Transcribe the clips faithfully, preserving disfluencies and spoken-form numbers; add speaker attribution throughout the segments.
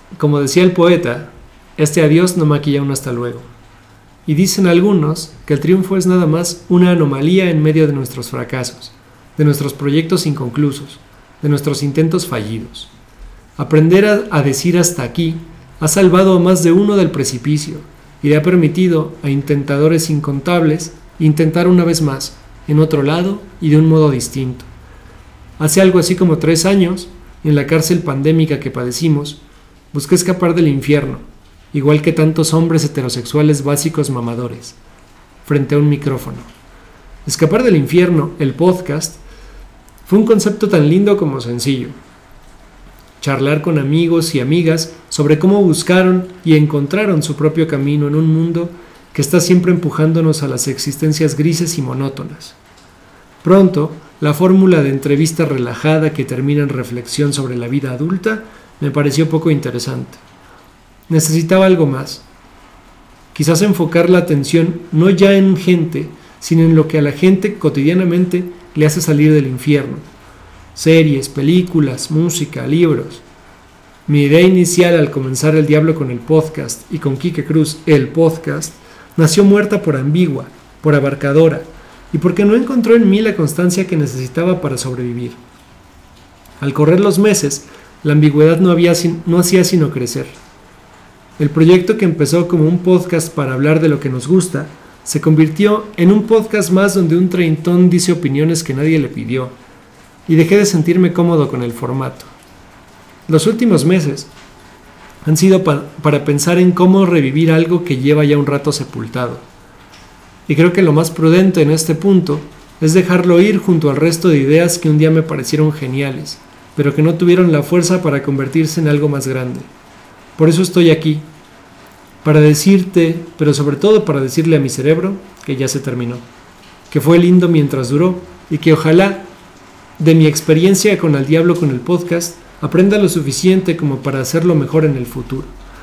Speaker 1: como decía el poeta, este adiós no maquilla un hasta luego. Y dicen algunos que el triunfo es nada más una anomalía en medio de nuestros fracasos, de nuestros proyectos inconclusos, de nuestros intentos fallidos. Aprender a, a decir hasta aquí ha salvado a más de uno del precipicio y le ha permitido a intentadores incontables intentar una vez más, en otro lado y de un modo distinto. Hace algo así como tres años, en la cárcel pandémica que padecimos, busqué escapar del infierno, igual que tantos hombres heterosexuales básicos mamadores, frente a un micrófono. Escapar del infierno, el podcast, fue un concepto tan lindo como sencillo. Charlar con amigos y amigas sobre cómo buscaron y encontraron su propio camino en un mundo que está siempre empujándonos a las existencias grises y monótonas. Pronto, la fórmula de entrevista relajada que termina en reflexión sobre la vida adulta me pareció poco interesante. Necesitaba algo más. Quizás enfocar la atención no ya en gente, sino en lo que a la gente cotidianamente le hace salir del infierno. Series, películas, música, libros. Mi idea inicial al comenzar El Diablo con el podcast y con Quique Cruz, el podcast, nació muerta por ambigua, por abarcadora, y porque no encontró en mí la constancia que necesitaba para sobrevivir. Al correr los meses, la ambigüedad no, había, no hacía sino crecer. El proyecto que empezó como un podcast para hablar de lo que nos gusta, se convirtió en un podcast más donde un treintón dice opiniones que nadie le pidió, y dejé de sentirme cómodo con el formato. Los últimos meses han sido pa- para pensar en cómo revivir algo que lleva ya un rato sepultado. Y creo que lo más prudente en este punto es dejarlo ir junto al resto de ideas que un día me parecieron geniales, pero que no tuvieron la fuerza para convertirse en algo más grande. Por eso estoy aquí, para decirte, pero sobre todo para decirle a mi cerebro que ya se terminó, que fue lindo mientras duró y que ojalá de mi experiencia con Al Diablo con el podcast aprenda lo suficiente como para hacerlo mejor en el futuro.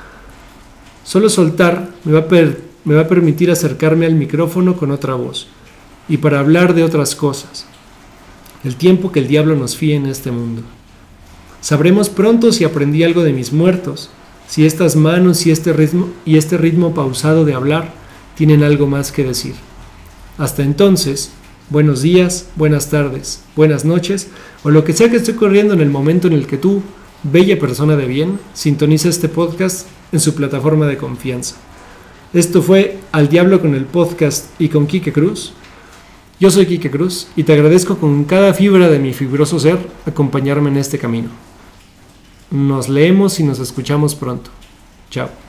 Speaker 1: Solo soltar me va a, per- me va a permitir acercarme al micrófono con otra voz y para hablar de otras cosas, el tiempo que el diablo nos fíe en este mundo. Sabremos pronto si aprendí algo de mis muertos, si estas manos y este ritmo, y este ritmo pausado de hablar tienen algo más que decir. Hasta entonces, buenos días, buenas tardes, buenas noches, o lo que sea que esté ocurriendo en el momento en el que tú, bella persona de bien, sintoniza este podcast en su plataforma de confianza. Esto fue Al Diablo con el podcast y con Quique Cruz. Yo soy Quique Cruz y te agradezco con cada fibra de mi fibroso ser acompañarme en este camino. Nos leemos y nos escuchamos pronto. Chao.